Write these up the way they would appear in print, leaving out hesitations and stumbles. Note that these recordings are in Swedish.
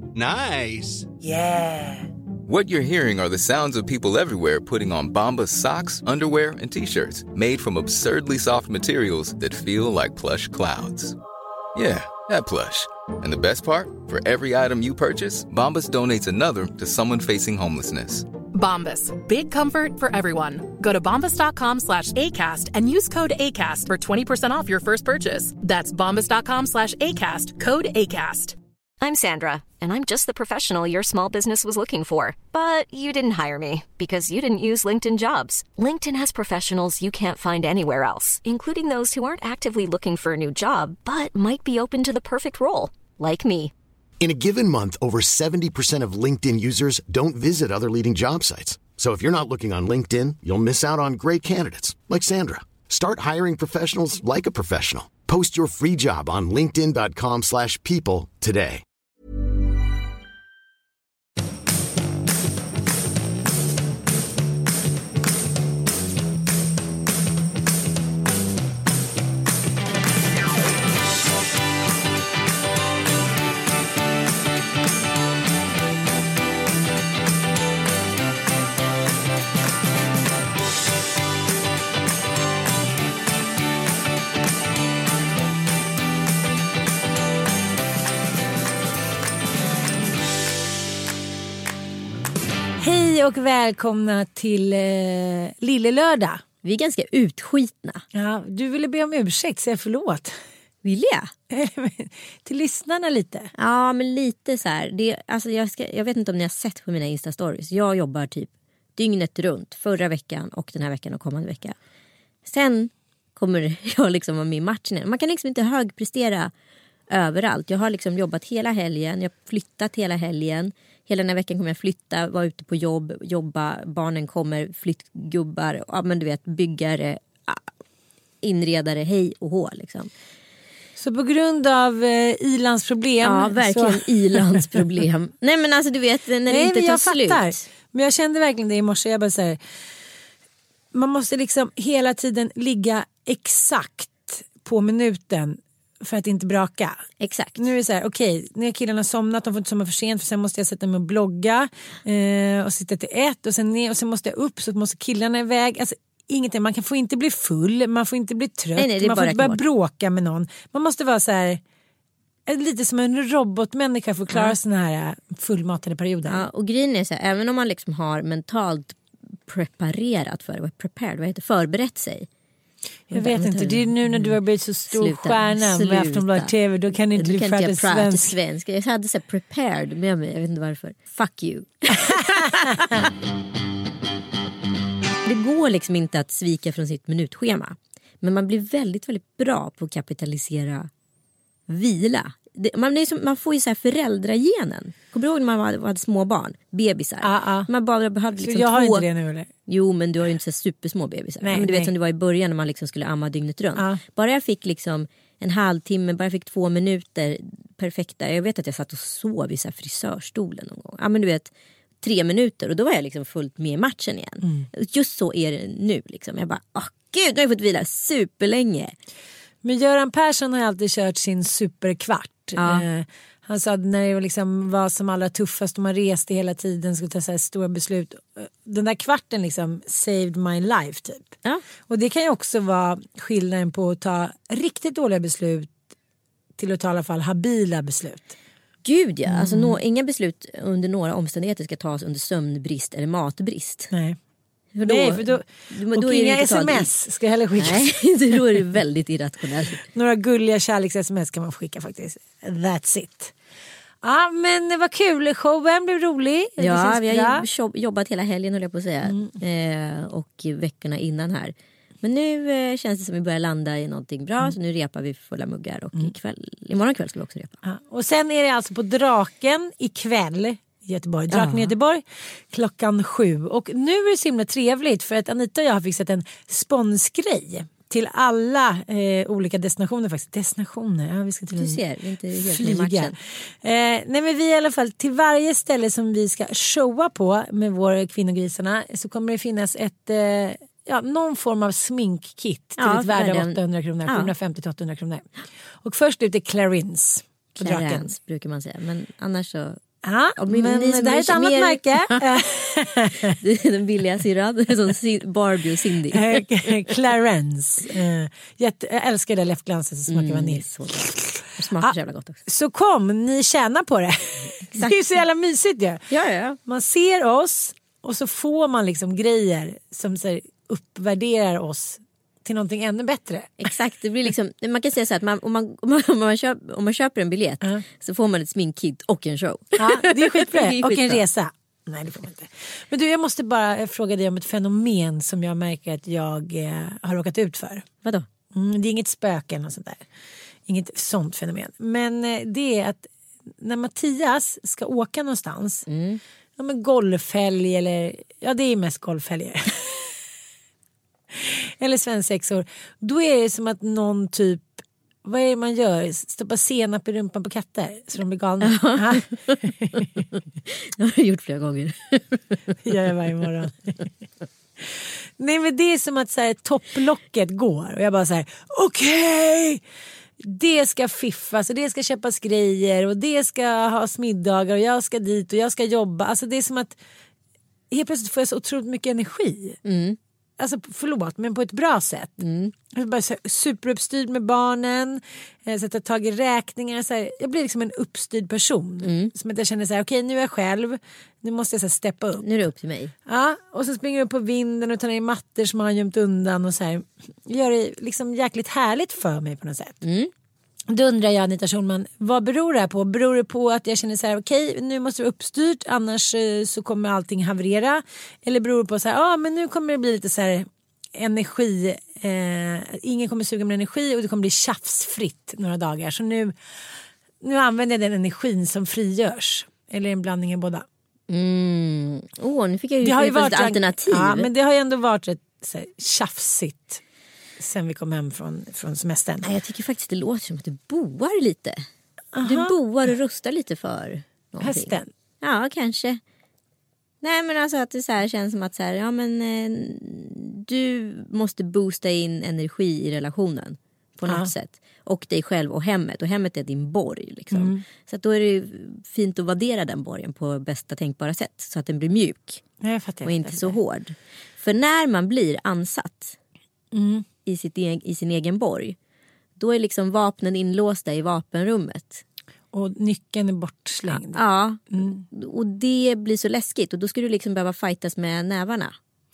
Nice. Yeah. What you're hearing are the sounds of people everywhere putting on Bombas socks, underwear, and T-shirts made from absurdly soft materials that feel like plush clouds. Yeah, that plush. And the best part? For every item you purchase, Bombas donates another to someone facing homelessness. Bombas. Big comfort for everyone. Go to bombas.com/ACAST and use code ACAST for 20% off your first purchase. That's bombas.com/ACAST. Code ACAST. I'm Sandra, and I'm just the professional your small business was looking for. But you didn't hire me because you didn't use LinkedIn Jobs. LinkedIn has professionals you can't find anywhere else, including those who aren't actively looking for a new job, but might be open to the perfect role, like me. In a given month, over 70% of LinkedIn users don't visit other leading job sites. So if you're not looking on LinkedIn, you'll miss out on great candidates like Sandra. Start hiring professionals like a professional. Post your free job on linkedin.com/people today. Hej och välkomna till Lille Lördag. Vi är ganska utskitna. Ja, du ville be om ursäkt, säga förlåt. Vill jag? Till lyssnarna lite. Ja, men lite så här. Alltså jag vet inte om ni har sett på mina Insta-stories. Jag jobbar typ dygnet runt. Förra veckan och den här veckan och kommande vecka. Sen kommer jag liksom vara med i matchen. Man kan liksom inte högprestera överallt. Jag har liksom jobbat hela helgen. Jag har flyttat hela helgen. Hela den här veckan kommer jag flytta, vara ute på jobba, barnen kommer, flyttgubbar, ja, men du vet, byggare, inredare, hej och hå liksom. Så på grund av ilandsproblem. Ja, verkligen ilandsproblem. Nej men alltså du vet, när det inte tar slut. Men jag kände verkligen det i morse, jag bara så här, man måste liksom hela tiden ligga exakt på minuten för att inte braka. Exakt. Nu är det så här, okej, när killarna har somnat, de får inte somna för sent, för sen måste jag sätta mig och blogga och sitta till 1 och sen ner och sen måste jag upp, så måste killarna iväg. Alltså ingenting, man får inte bli full, man får inte bli trött, nej, man får inte börja bråka med någon. Man måste vara så här lite som en robotmänniska för att klara såna här fullmatade perioder. Ja, och grejen är så här, även om man liksom har mentalt preparerat vad heter förberett sig. Jag vet inte, det är nu när du har blivit så stor stjärna med Aftonbladet TV, då kan inte du prata svensk. Jag hade så här prepared med mig, jag vet inte varför. Fuck you. Det går liksom inte att svika från sitt minutschema. Men man blir väldigt, väldigt bra på att kapitalisera vila. Man får ju så här föräldragenen. Kommer du ihåg när man hade små barn? Bebisar. Man bara behövde liksom så jag har inte det nu eller? Jo, men du har ju inte så supersmå bebisar. Nej, men du vet som det var i början när man liksom skulle amma dygnet runt. Bara jag fick liksom en halvtimme, bara jag fick 2 minuter perfekta. Jag vet att jag satt och sov i så här frisörstolen någon gång. Ja, men du vet 3 minuter och då var jag liksom fullt med i matchen igen. Just så är det nu liksom. Jag bara, gud, nu har jag fått vila superlänge. Men Göran Persson har alltid kört sin superkvart. Han sa att när det liksom var som allra tuffast och man reste hela tiden, skulle ta så här stora beslut. Den där kvarten liksom saved my life typ. Ja. Och det kan ju också vara skillnaden på att ta riktigt dåliga beslut till att ta i alla fall habila beslut. Gud ja, alltså inga beslut under några omständigheter ska tas under sömnbrist eller matbrist. Nej. För då, nej, för då och inga sms ska heller skickas. Nej, då är det väldigt irrationellt. Några gulliga kärleks-sms kan man skicka faktiskt. That's it. Ja, men det var kul. Showen blev rolig. Ja, vi har jobbat hela helgen, höll jag på att säga. Och veckorna innan här. Men nu känns det som att vi börjar landa i någonting bra. Så nu repar vi fulla muggar. Och imorgon kväll ska vi också repa. Ja, och sen är det alltså på Draken ikväll. Göteborg, Draken i Göteborg 7:00. Och nu är det så himla trevligt för att Anita och jag har fixat en sponsgrej till alla olika destinationer faktiskt. Destinationer, ja, vi ska till du ser, vi är inte helt flyga. Nej, men vi i alla fall till varje ställe som vi ska showa på med våra kvinnogrisarna så kommer det finnas ett någon form av sminkkit till ett värde av 800 kronor, 750-800 kronor. Och först ut är Clarins. Clarins brukar man säga, men annars så Ja, men det här är ett annat märke. Det är den billiga syrran som Barbie och Cindy. Clarence. Jag älskar det läppglanset som smakar vanilj. Så bra. Det smakar så jävla gott också. Så kom, ni tjänar på det. Det är ju så jävla mysigt ju. Ja. Man ser oss och så får man liksom grejer som så här, uppvärderar oss till någonting ännu bättre. Exakt, det blir liksom, man kan säga så att om man köper en biljett så får man ett sminkkit och en show. Ja, det är skitbra. Det är och en skitbra. resa. Nej, det får man inte. Men du, jag måste bara fråga dig om ett fenomen som jag märker att jag har råkat ut för. Vadå? Det är inget spöken och sånt där. Inget sånt fenomen. Men det är att när Mattias ska åka någonstans, ja, men golfhelg eller, ja det är mest golfhelger. Eller svensexor, då är det som att någon typ, vad är det man gör? Stoppa senap i rumpan på katter så de blir galna. Det har jag gjort flera gånger. Det gör jag varje morgon. Nej, men det är som att så här, topplocket går och jag bara så här: okej, det ska fiffas och det ska köpas grejer och det ska ha middagar och jag ska dit och jag ska jobba. Alltså det är som att helt plötsligt får jag så otroligt mycket energi. Alltså förlåt, men på ett bra sätt. Jag är bara så superuppstyrd med barnen, sätta tag i räkningar. Så här, jag blir liksom en uppstyrd person. Som att jag känner så här: okej, nu är jag själv. Nu måste jag så här, steppa upp. Nu är det upp till mig. Ja, och så springer jag upp på vinden och tar ner mattor som man har gömt undan. Och så här, gör det liksom jäkligt härligt för mig på något sätt. Då undrar jag, Anita Schulman, vad beror det här på? Beror det på att jag känner så här: okej, nu måste det vara uppstyrt, annars så kommer allting haverera? Eller beror det på så här: men nu kommer det bli lite så här energi, ingen kommer suga med energi och det kommer bli tjafsfritt några dagar. Så nu använder jag den energin som frigörs. Eller en blandning av båda. Nu fick jag ju ett alternativ. Ja, men det har ju ändå varit rätt så här, tjafsigt sen vi kom hem från semestern. Nej, jag tycker faktiskt det låter som att du boar lite. Du boar och rustar lite för någonting. Hösten? Ja, kanske. Nej, men alltså att det så här känns som att så här, ja, men du måste boosta in energi i relationen på något sätt. Och dig själv och hemmet. Och hemmet är din borg liksom. Så att då är det fint att värdera den borgen på bästa tänkbara sätt. Så att den blir mjuk. Jag fattar, och inte så hård. För när man blir ansatt i sin egen borg, då är liksom vapnen inlåsta i vapenrummet. Och nyckeln är bortslängd. Ja, och det blir så läskigt. Och då ska du liksom behöva fightas med nävarna.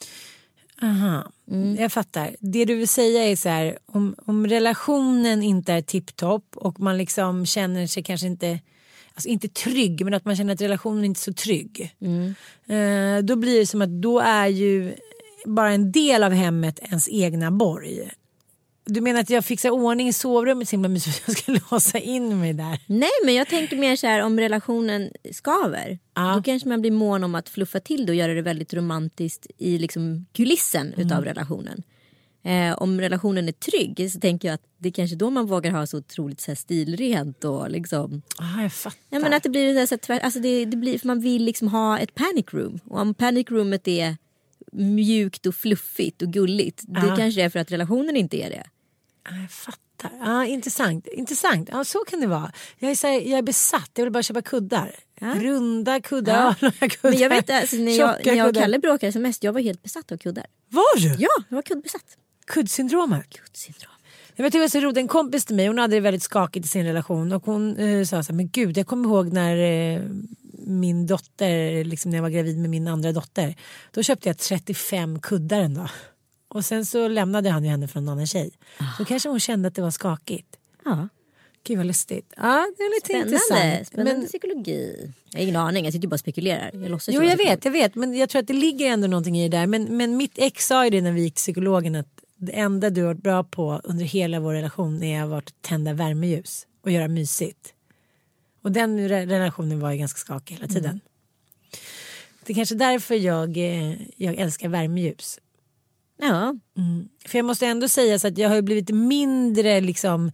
Aha, jag fattar. Det du vill säga är så här: om relationen inte är tipptopp och man liksom känner sig kanske inte, alltså inte trygg, men att man känner att relationen inte är så trygg. Då blir det som att då är ju bara en del av hemmet ens egna borg. Du menar att jag fixar ordning i sovrummet så himla mysigt, jag ska låsa in mig där? Nej, men jag tänker mer så här, om relationen skaver, då kanske man blir mån om att fluffa till det och göra det väldigt romantiskt i liksom kulissen utav relationen. Om relationen är trygg så tänker jag att det är kanske då man vågar ha så otroligt så här stilrent och liksom. Jag fattar. Ja, men att det blir så här, alltså det blir, för man vill liksom ha ett panic room. Och om panic roomet är mjukt och fluffigt och gulligt, det kanske är för att relationen inte är det. Jag fattar. Intressant. Ja, så kan det vara. Jag är besatt. Jag vill bara köpa kuddar. Runda kuddar, kuddar. Men jag vet alltså, när jag och Kalle bråkade som mest, jag var helt besatt av kuddar. Var du? Ja, jag var kuddbesatt. Kuddsyndromet. Jag vet, det var så roligt, en kompis till mig, hon hade det väldigt skakigt i sin relation och hon sa så här: men gud, jag kommer ihåg när min dotter, liksom när jag var gravid med min andra dotter, då köpte jag 35 kuddar en dag. Och sen så lämnade han ju henne från en annan tjej. Så kanske hon kände att det var skakigt. Ja. Gud vad lustigt. Ja, det är lite intressant. Spännande psykologi. Jag har ingen aning, jag sitter bara och spekulerar. Jag vet. Men jag tror att det ligger ändå någonting i det där. Men mitt ex sa ju det när vi gick till psykologen, att det enda du har varit bra på under hela vår relation är att varit tända värmeljus och göra mysigt. Och den relationen var ju ganska skakig hela tiden. Det är kanske därför jag älskar värmeljus. Ja. För jag måste ändå säga så att jag har blivit mindre liksom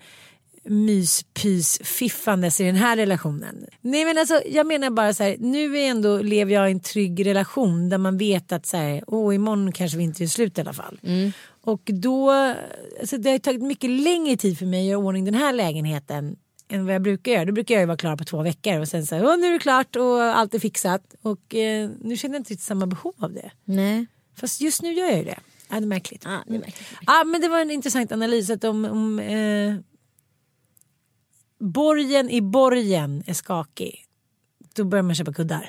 myspys-fiffandes i den här relationen. Nej, men alltså, jag menar bara så här, nu lever jag i en trygg relation där man vet att så här, imorgon kanske vi inte är slut i alla fall. Och då, alltså, det har tagit mycket längre tid för mig att göra ordning den här lägenheten än vad jag brukar göra. Då brukar jag ju vara klar på 2 veckor och sen så här, nu är det klart och allt är fixat. Och nu känner jag inte riktigt samma behov av det. Nej. Fast just nu gör jag ju det. Ja, det är märkligt. Ja, det är märkligt. Ja, men det var en intressant analys att om borgen i borgen är skakig, då börjar man köpa kuddar.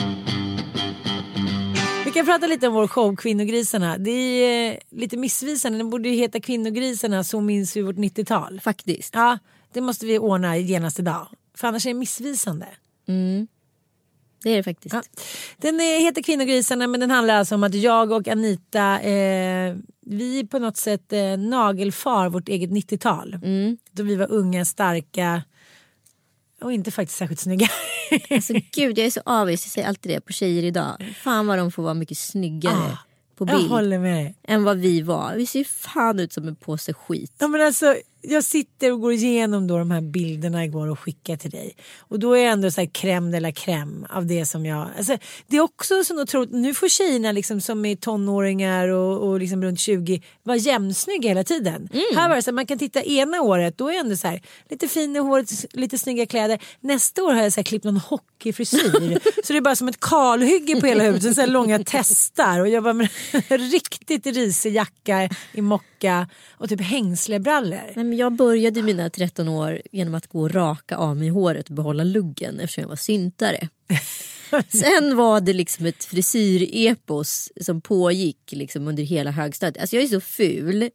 Vi kan prata lite om vår show Kvinnogrisarna. Det är lite missvisande. Den borde ju heta Kvinnogrisarna, så minns vi vårt 90-tal. Faktiskt. Ja, det måste vi ordna genast idag. För annars är det missvisande. Det är det faktiskt. Ja. Den heter Kvinnogrisarna, men den handlar alltså om att jag och Anita vi på något sätt nagelfar vårt eget 90-tal. Då vi var unga, starka och inte faktiskt särskilt snygga. Alltså gud, jag är så avis. Jag säger alltid det på tjejer idag. Fan vad de får vara mycket snyggare på bild. Jag håller med. Än vad vi var. Vi ser fan ut som en påse skit. Ja, men alltså, jag sitter och går igenom då de här bilderna igår och skickar till dig. Och då är jag ändå så här crème de la crème av det som jag... Alltså, det är också så otroligt... Nu får tjejerna liksom, som är tonåringar och liksom runt 20 vara jämnsnygga hela tiden. Här var det så här, man kan titta ena året, då är jag ändå så här, lite fin i håret, lite snygga kläder. Nästa år har jag så här, klippt någon hockeyfrisyr. Så det är bara som ett kalhygge på hela huvudet. Så här långa testar. Och jag var med riktigt risig jacka i mocka och typ hängslebrallor. Nej, men jag började mina 13 år genom att gå och raka av mig håret och behålla luggen eftersom jag var syntare. Sen var det liksom ett frisyrepos som pågick liksom under hela högstadiet. Alltså jag är så ful.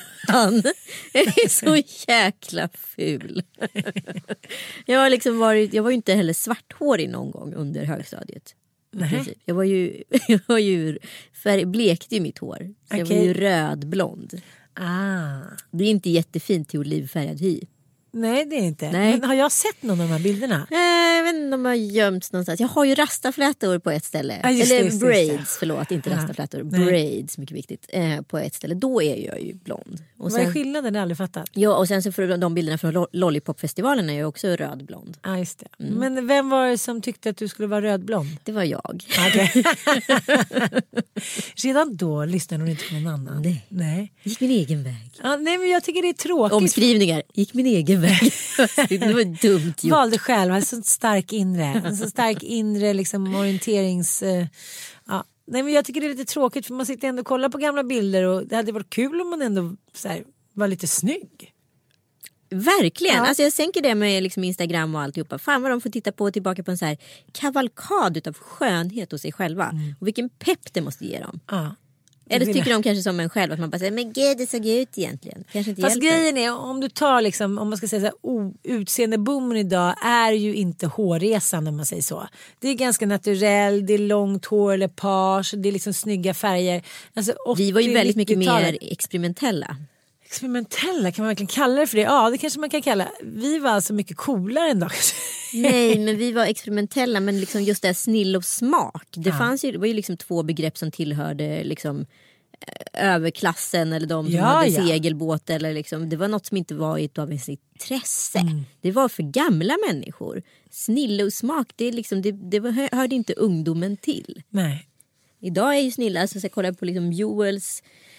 Jag är så jäkla ful. Jag var ju inte heller svarthårig någon gång under högstadiet. Jag var ju blekte ju mitt hår. Så jag var ju rödblond. Det är inte jättefint till olivfärgad hy. Nej, det är inte. Nej. Men har jag sett någon av de här bilderna? Jag vet inte om de har gömts någonstans. Jag har ju rastaflätor på ett ställe. Eller braids, förlåt, inte rastaflätor. Braids, mycket viktigt. På ett ställe. Då är jag ju blond. Och vad är skillnaden? Det har jag aldrig fattat. Ja, och sen så för de bilderna från Lollipop-festivalen är jag också rödblond. Ja, just det. Men vem var det som tyckte att du skulle vara rödblond? Det var jag. Okay. Redan då lyssnade hon inte på någon annan. Nej. Gick min egen väg. Ja, nej, men jag tycker det är tråkigt. Omskrivningar. Gick min egen väg. Det var dumt gjort. Valde själv, en så stark inre. En så stark inre liksom, orienterings... ja. Nej, men jag tycker det är lite tråkigt för man sitter ändå och kollar på gamla bilder och det hade varit kul om man ändå så här, var lite snygg. Verkligen, alltså jag sänker det med liksom Instagram och alltihopa. Fan vad de får titta på tillbaka på en så här kavalkad utav skönhet hos sig själva. Och vilken pepp det måste ge dem. Eller tycker de kanske som en själv att man bara säger, men gud det såg ut egentligen. Kanske inte. Fast hjälper. Grejen är, om du tar liksom, om man ska säga så här, utseendeboomen idag är ju inte hårresan om man säger så. Det är ganska naturell, det är långt hår eller page, det är liksom snygga färger. Alltså, vi var ju väldigt mycket mer experimentella. Experimentella, kan man verkligen kalla det för det? Ja, det kanske man kan kalla. Vi var alltså mycket coolare än dag. Nej, men vi var experimentella, men liksom just det här snill och smak. Det fanns ju, det var ju liksom 2 begrepp som tillhörde liksom överklassen eller de som hade segelbåt eller liksom, det var något som inte var av ens intresse. Det var för gamla människor. Snill och smak, det är liksom hörde inte ungdomen till. Nej. Idag är ju snilla, alltså så jag kollar på liksom Joels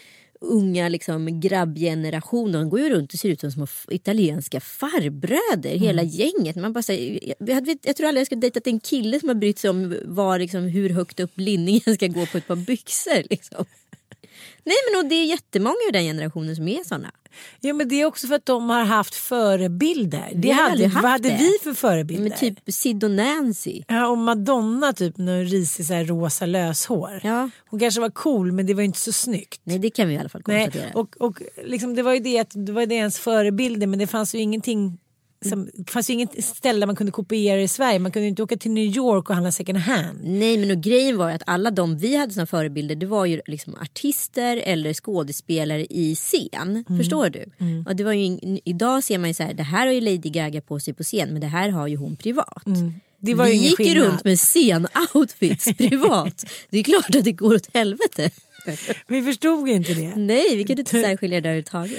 unga liksom grabbgeneration, de går ju runt och ser ut som små italienska farbröder, hela gänget. Man bara säger, jag tror aldrig jag skulle dejtat en kille som har brytt sig om var, liksom, hur högt upp linningen ska gå på ett par byxor liksom. Nej, men det är jättemånga i den generationen som är såna. Ja, men det är också för att de har haft förebilder. Vad hade vi för förebilder? Men typ Sid och Nancy. Ja, och Madonna typ, när risig så här rosa löshår. Ja. Hon kanske var cool, men det var inte så snyggt. Nej, det kan vi i alla fall konstatera. Nej, och liksom, det var ju det att det var det ens förebilder, men det fanns ju ingenting. Det fanns ju inget ställe där man kunde kopiera i Sverige. Man kunde inte åka till New York och handla second hand. Nej, men grejen var att alla de vi hade som förebilder, det var ju liksom artister eller skådespelare i scen. Förstår du? Och det var ju idag ser man ju så här, det här har ju Lady Gaga på sig på scen, men det här har ju hon privat. Det var vi gick ju runt med scen-outfits privat. Det är klart att det går åt helvete. Vi förstod inte det. Nej, vi kan inte särskilja det överhuvudtaget.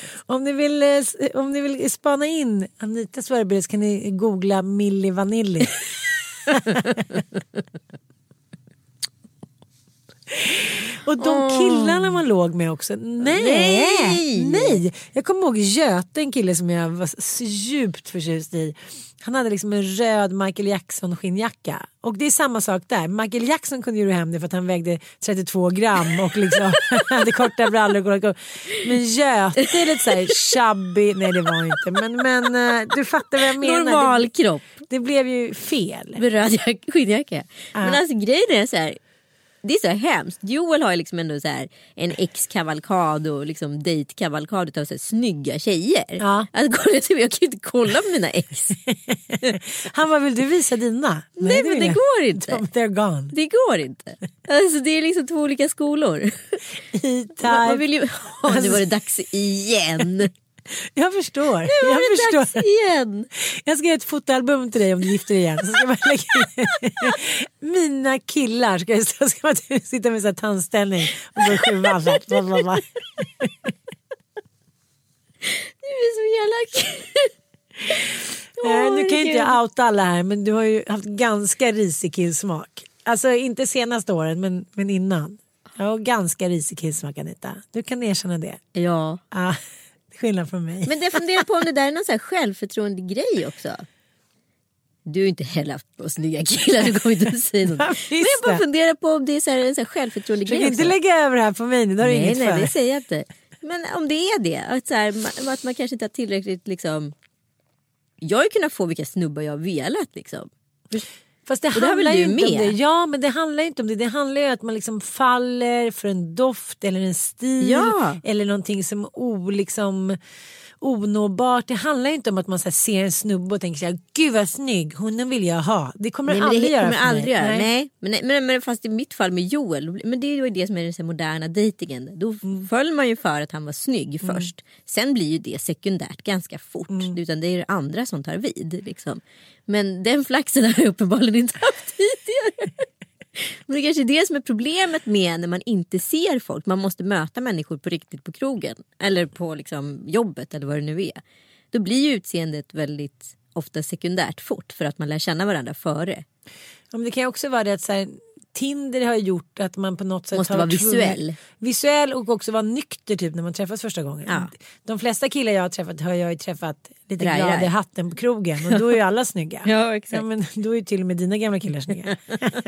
Om ni vill spana in Anitas förebild så kan ni googla Milli Vanilli. Och de killarna man låg med också. Nej. Jag kommer ihåg Göte, en kille som jag var så djupt förtjust i. Han hade liksom en röd Michael Jackson skinnjacka. Och det är samma sak där. Michael Jackson kunde ju hem det för att han vägde 32 gram och liksom hade korta brallor. Men Göte är lite såhär chubby. Nej, det var inte. Men du fattar vad jag menar. Normal kropp. Det blev ju fel. Med röd skinnjacka. Men alltså grejen är så här. Det är så här hemskt. Joel har ju liksom ändå så här en ex-kavalkad och liksom date-kavalkad utav så här snygga tjejer. Ja. Alltså, jag kan ju inte kolla på mina ex. Han bara, vill du visa dina? Nej, men det går inte. They're gone. Det går inte. Alltså det är liksom två olika skolor. Man vill ju... nu var det dags igen. Jag förstår. Nu var det dags igen. Jag ska göra ett fotoalbum till dig om du gifter dig igen. Så ska man lägga mina killar. Ska man sitta med så här tandställning och gå sjuan. Du är så elak. Nu kan ju inte jag outa alla här, men du har ju haft ganska risig killsmak. Alltså inte senaste året, men innan. Ja, ganska risig killsmak, Anita. Du kan erkänna det. Ja. Skillnad från mig. Men jag funderar på om det där är någon så här självförtroende grej också. Du är inte heller haft på snygga killar, du kommer inte att säga något. Men jag bara funderar på om det är så här, en så här självförtroende grej också. Du kan inte lägga över det här på mig nu, det har du inget för. Nej, det säger jag inte. Men om det är det, att, så här, att man kanske inte har tillräckligt liksom... Jag har ju kunnat få vilka snubbar jag har velat liksom. Fast det handlar ju inte om det. Ja, men det handlar inte om det. Det handlar ju om att man liksom faller för en doft eller en stil eller någonting som onåbart. Det handlar inte om att man så här, ser en snubbe och tänker så här, gud vad snygg, hon vill jag ha. Det kommer aldrig göra för mig. Nej. Men fast i mitt fall med Joel, men det är ju det som är den så moderna dejtingen. Då föll man ju för att han var snygg först. Sen blir ju det sekundärt ganska fort. Utan det är det andra som tar vid liksom. Men den flaxen har jag uppenbarligen inte haft tidigare. Men det är kanske det som är problemet med när man inte ser folk. Man måste möta människor på riktigt på krogen. Eller på liksom jobbet eller vad det nu är. Då blir ju utseendet väldigt ofta sekundärt fort. För att man lär känna varandra före. Ja, men det kan ju också vara det att så här, Tinder har gjort att man på något sätt måste vara visuell. Visuell och också vara nykter typ när man träffas första gången. Ja. De flesta killar jag har träffat har jag ju träffat lite glad i hatten på krogen. Och då är ju alla snygga. Ja, exakt. Ja, men då är ju till och med dina gamla killar snygga.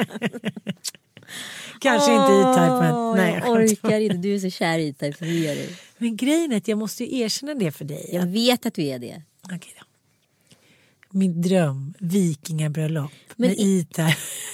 Kanske inte E-Type, men nej. Jag orkar inte, du är så kär i E-Type, så vi gör det. Men grejen är att jag måste ju erkänna det för dig. Jag vet att du är det. Okej då. Min dröm, vikingabröllop med E-Type.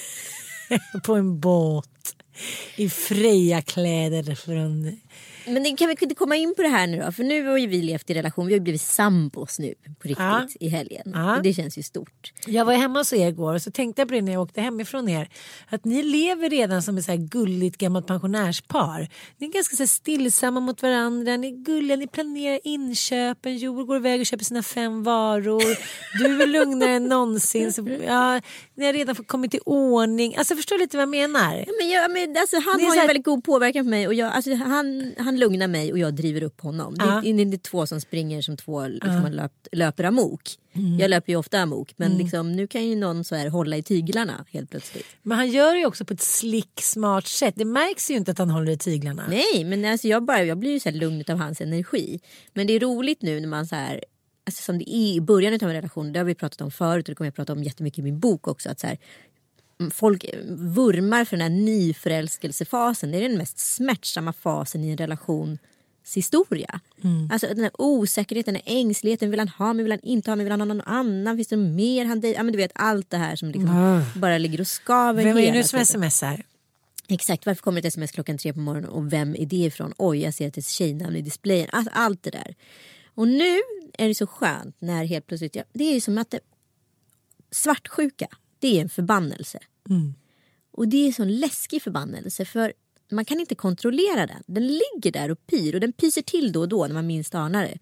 På en båt i Freja-kläder från... Men kan vi inte komma in på det här nu då? För nu har ju vi levt i relation. Vi har ju blivit sambos nu på riktigt i helgen. Det känns ju stort. Jag var hemma hos er igår och så tänkte jag på det när jag åkte hemifrån er. Att ni lever redan som ett så här gulligt gammalt pensionärspar. Ni är ganska så här stillsamma mot varandra. Ni är gulliga, ni planerar inköpen. Joel går iväg och köper sina 5 varor. Du är lugnare än någonsin. Så, ni har redan fått kommit till ordning. Alltså förstår lite vad jag menar? Ja, men alltså, han har ju en väldigt god påverkan på mig. Och han lugnar mig och jag driver upp honom. Det är inte 2 som springer som 2 liksom, löper amok. Jag löper ju ofta amok. Men liksom, nu kan ju någon så här hålla i tyglarna helt plötsligt. Men han gör det ju också på ett slick, smart sätt. Det märks ju inte att han håller i tyglarna. Nej, men alltså, jag blir ju så här lugn av hans energi. Men det är roligt nu när man så här... Alltså, som det är i början av en relation. Det har vi pratat om förut och det kommer jag prata om jättemycket i min bok också. Att så här, folk vurmar för den här nyförälskelsefasen. Det är den mest smärtsamma fasen i en relationshistoria. Alltså den här osäkerheten, den här ängsligheten. Vill han ha mig, vill han inte ha mig, vill han ha någon annan? Finns det mer han dejtar? Ja, men du vet allt det här som liksom bara ligger och skaver. Vem är nu som smsar? Exakt, varför kommer ett sms klockan 3 på morgonen och vem är det ifrån? Oj, jag ser att det är tjejnamn i displayen. Allt det där. Och nu är det så skönt när helt plötsligt, det är ju som att svartsjuka, det är en förbannelse. Och det är en sån läskig förbannelse för man kan inte kontrollera den. Den ligger där och pyr och den pyser till då och då när man minst anar det.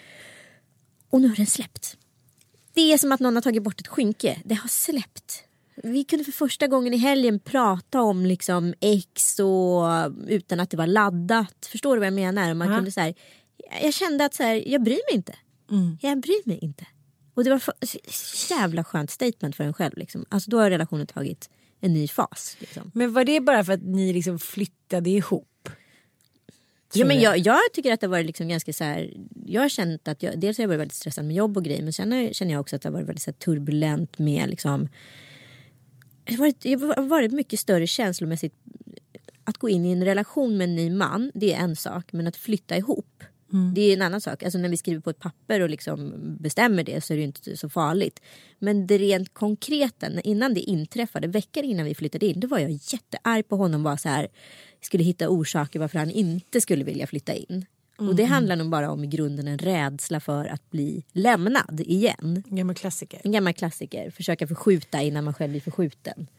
Och nu har den släppt. Det är som att någon har tagit bort ett skynke. Det har släppt. Vi kunde för första gången i helgen prata om liksom ex och utan att det var laddat. Förstår du vad jag menar? Man kunde så här, jag kände att så här, jag bryr mig inte. Jag bryr mig inte. Och det var jävla skönt statement för en själv. Liksom. Alltså då har relationen tagit en ny fas. Liksom. Men var det bara för att ni liksom flyttade ihop? Ja, men jag tycker att det var liksom ganska så här. Jag har känt att dels har jag varit väldigt stressad med jobb och grejer. Men sen känner jag också att det har varit väldigt så här turbulent med liksom. Det har varit mycket större känslomässigt. Att gå in i en relation med en ny man, det är en sak. Men att flytta ihop, det är en annan sak. Alltså när vi skriver på ett papper och liksom bestämmer det så är det ju inte så farligt. Men det rent konkreta, innan det inträffade, veckor innan vi flyttade in, då var jag jättearg på honom. Bara så här, skulle hitta orsaker varför han inte skulle vilja flytta in. Och det handlar nog bara om i grunden en rädsla för att bli lämnad igen. En gammal klassiker. En gammal klassiker. Försöka förskjuta innan man själv blir förskjuten.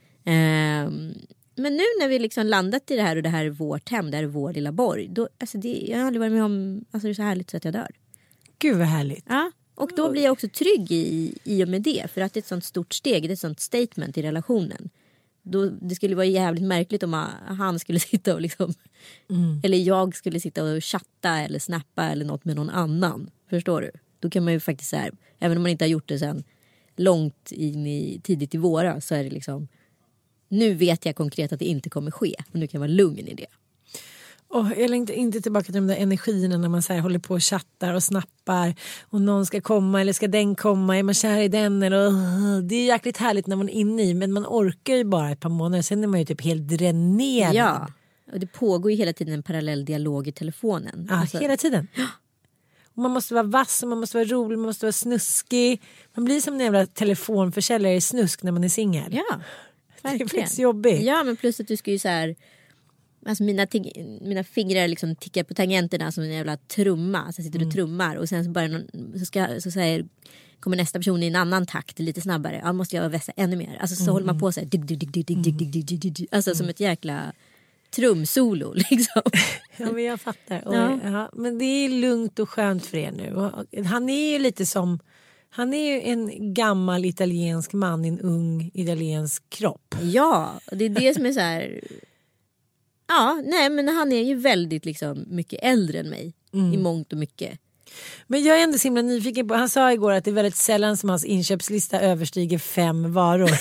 Men nu när vi liksom landat i det här och det här är vårt hem, det här är vår lilla borg. Då, alltså jag har aldrig varit med om, alltså det är så härligt så att jag dör. Gud vad härligt. Ja, och då blir jag också trygg i och med det. För att det är ett sånt stort steg, det är ett sånt statement i relationen. Det skulle vara jävligt märkligt om han skulle sitta och liksom eller jag skulle sitta och chatta eller snappa eller något med någon annan. Förstår du? Då kan man ju faktiskt så här, även om man inte har gjort det sen långt in tidigt i våra, så är det liksom, nu vet jag konkret att det inte kommer ske och nu kan jag vara lugn i det. Jag längtar inte tillbaka till de där energierna när man så här håller på och chattar och snappar och någon ska komma eller ska den komma, är man kär i den eller det är jäkligt härligt när man är inne i, men man orkar ju bara ett par månader, sen är man ju typ helt dränerad. Ja, och det pågår ju hela tiden en parallell dialog i telefonen. Ja, alltså, hela tiden. Och man måste vara vass och man måste vara rolig, man måste vara snuskig. Man blir som en jävla telefonförsäljare i snusk när man är singel. Ja, verkligen. Det är faktiskt jobbigt. Ja, men plus att du ska ju så här. Alltså mina fingrar liksom tickar på tangenterna som en jävla trumma. Så jag sitter och trummar och sen så bara kommer nästa person i en annan takt lite snabbare. Ja, måste jag vässa ännu mer. Alltså så håller man på så här. Alltså som ett jäkla trumsolo liksom. Ja, men jag fattar. Ja, men det är lugnt och skönt för er nu. Och han är ju lite som, han är ju en gammal italiensk man i en ung italiensk kropp. Ja, och det är det som är så här. Ja, nej, men han är ju väldigt liksom mycket äldre än mig i mångt och mycket. Men jag är ändå så himla nyfiken på, han sa igår att det är väldigt sällan som hans inköpslista överstiger 5 varor.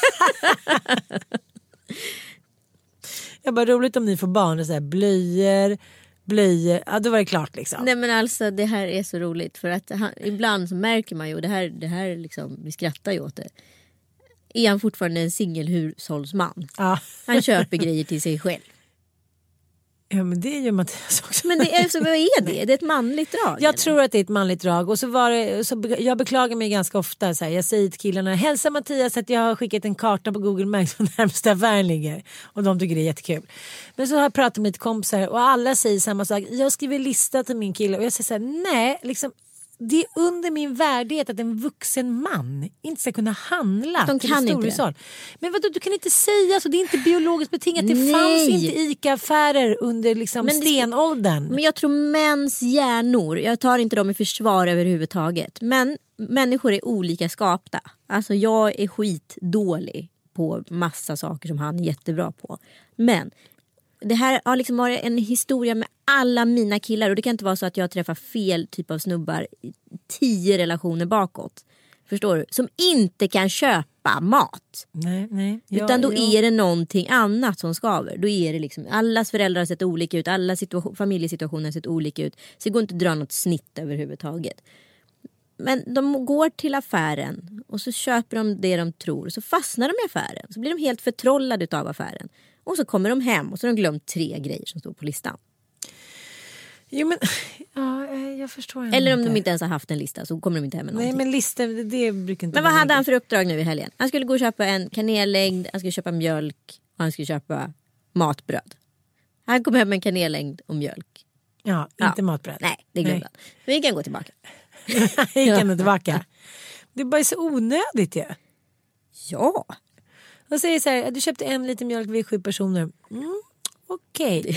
Jag bara, roligt om ni får barn och så här, blöjor, ja då var det klart liksom. Nej men alltså det här är så roligt för att ibland så märker man ju, och det här liksom, vi skrattar ju åt det. Är han fortfarande en singelhushållsman? Ja. Han köper grejer till sig själv. Ja, men det gör Mattias också. Men det är, så, vad är det? Det är ett manligt drag. Jag tror att det är ett manligt drag. Och så var det, jag beklagar mig ganska ofta. Så här, jag säger till killarna, hälsa Mattias att jag har skickat en karta på Google Maps som närmsta affären ligger. Och de tycker det är jättekul. Men så har jag pratat med lite kompisar och alla säger samma sak. Jag skriver lista till min kille och jag säger så här, nej, liksom, det är under min värdighet att en vuxen man inte ska kunna handla. De kan inte det. Men vadå, du kan inte säga så, det är inte biologiskt betingat. Det fanns inte ICA-affärer under liksom stenåldern. Men jag tror mäns hjärnor, jag tar inte dem i försvar överhuvudtaget. Men människor är olika skapta. Alltså jag är skitdålig på massa saker som han är jättebra på. Men det här har liksom varit en historia med alla mina killar. Och det kan inte vara så att jag träffar fel typ av snubbar i 10 relationer bakåt. Förstår du? Som inte kan köpa mat. Nej. Utan då är det någonting annat som skaver. Då är det liksom, allas föräldrar har sett olika ut. Alla familjesituationer har sett olika ut. Så det går inte att dra något snitt överhuvudtaget. Men de går till affären och så köper de det de tror. Så fastnar de i affären. Så blir de helt förtrollade av affären. Och så kommer de hem och så har de glömt 3 grejer som står på listan. Jo men, ja, jag förstår inte. Eller om de inte ens har haft en lista så kommer de inte hem med någonting. Nej men listor, det brukar inte. Men vad hade han för uppdrag nu i helgen? Han skulle gå och köpa en kanellängd, han skulle köpa mjölk och han skulle köpa matbröd. Han kom hem med en kanellängd och mjölk. Ja, inte matbröd. Nej, det glömde han. Men vi kan gå tillbaka. Vi kan gå tillbaka. Det är bara så onödigt ju. Ja. Och säger så här, du köpte 1 liter mjölk vid 7 personer. Okej.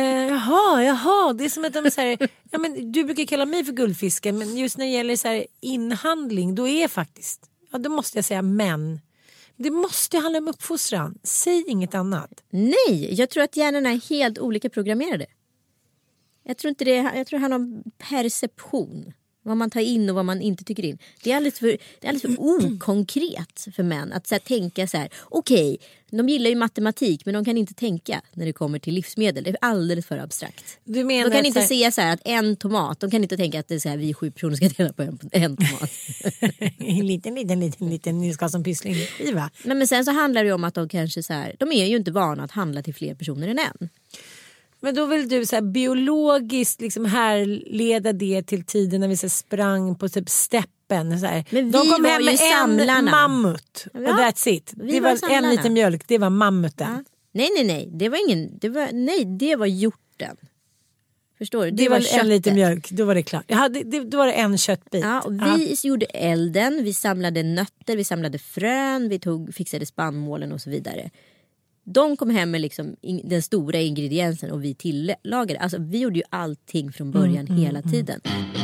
Jaha. Det är som att de säger, ja men du brukar kalla mig för guldfisken, men just när det gäller så här inhandling, då är faktiskt, ja då måste jag säga men. Det måste handla om uppfostran. Säg inget annat. Nej, jag tror att hjärnorna är helt olika programmerade. Jag tror inte det, jag tror det handlar om perception. Vad man tar in och vad man inte tycker in. Det är alldeles för okonkret för män att så här, tänka så här. Okej, de gillar ju matematik men de kan inte tänka när det kommer till livsmedel. Det är alldeles för abstrakt. Du menar de kan att inte här... se så här att en tomat. De kan inte tänka att det är så här, vi 7 personer ska dela på en tomat. En liten ni ska som pyssling i, va? Nej, men sen så handlar det om att de kanske så här, de är ju inte vana att handla till fler personer än en. Men då vill du så här, biologiskt liksom härleda det till tiden när vi så här, sprang på typ steppen. Så här. Men vi de kom var hem ju med samlarna. En mammut. Ja. Och that's it. Vi Det var var samlarna. en liten mjölk. Det var mammuten. Ja. Nej. Det var hjorten. Förstår du? Det var en köttet. liten mjölk. Då var det klart. Då var det en köttbit. Ja, och vi gjorde elden. Vi samlade nötter. Vi samlade frön. Vi fixade spannmålen och så vidare. De kom hem med liksom den stora ingrediensen och vi tillagade. Alltså vi gjorde ju allting från början hela tiden.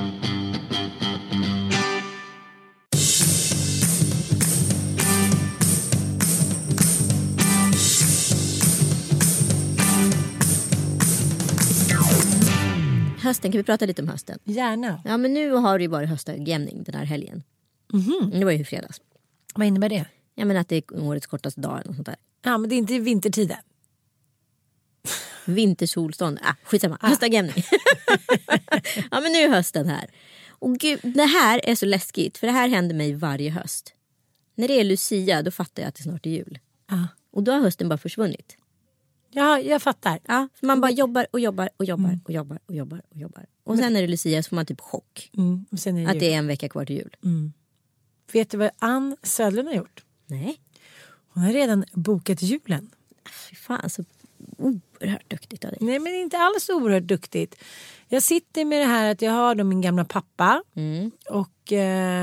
Hösten, kan vi prata lite om hösten? Gärna. Ja, men nu har det ju varit höstjämning den här helgen. Det var ju fredags. Vad innebär det? Jag menar att det är årets kortaste dag och sånt där. Ja, men det är inte vintertiden. Vintersolstånd. Skitsamma. Höstjämning. Ja, men nu är hösten här. Och gud, det här är så läskigt. För det här händer mig varje höst. När det är Lucia, då fattar jag att det snart är jul. Ja. Och då har hösten bara försvunnit. Ja, jag fattar. Ja, för man bara jobbar. Och sen är det Lucia så får man typ chock. Och sen är det att jul. det är en vecka kvar till jul. Vet du vad Ann Södlund har gjort? Nej. Hon har redan bokat julen. Fy fan, så oerhört duktigt av dig. Nej, men inte alls oerhört duktigt. Jag sitter med det här att jag har då min gamla pappa. Och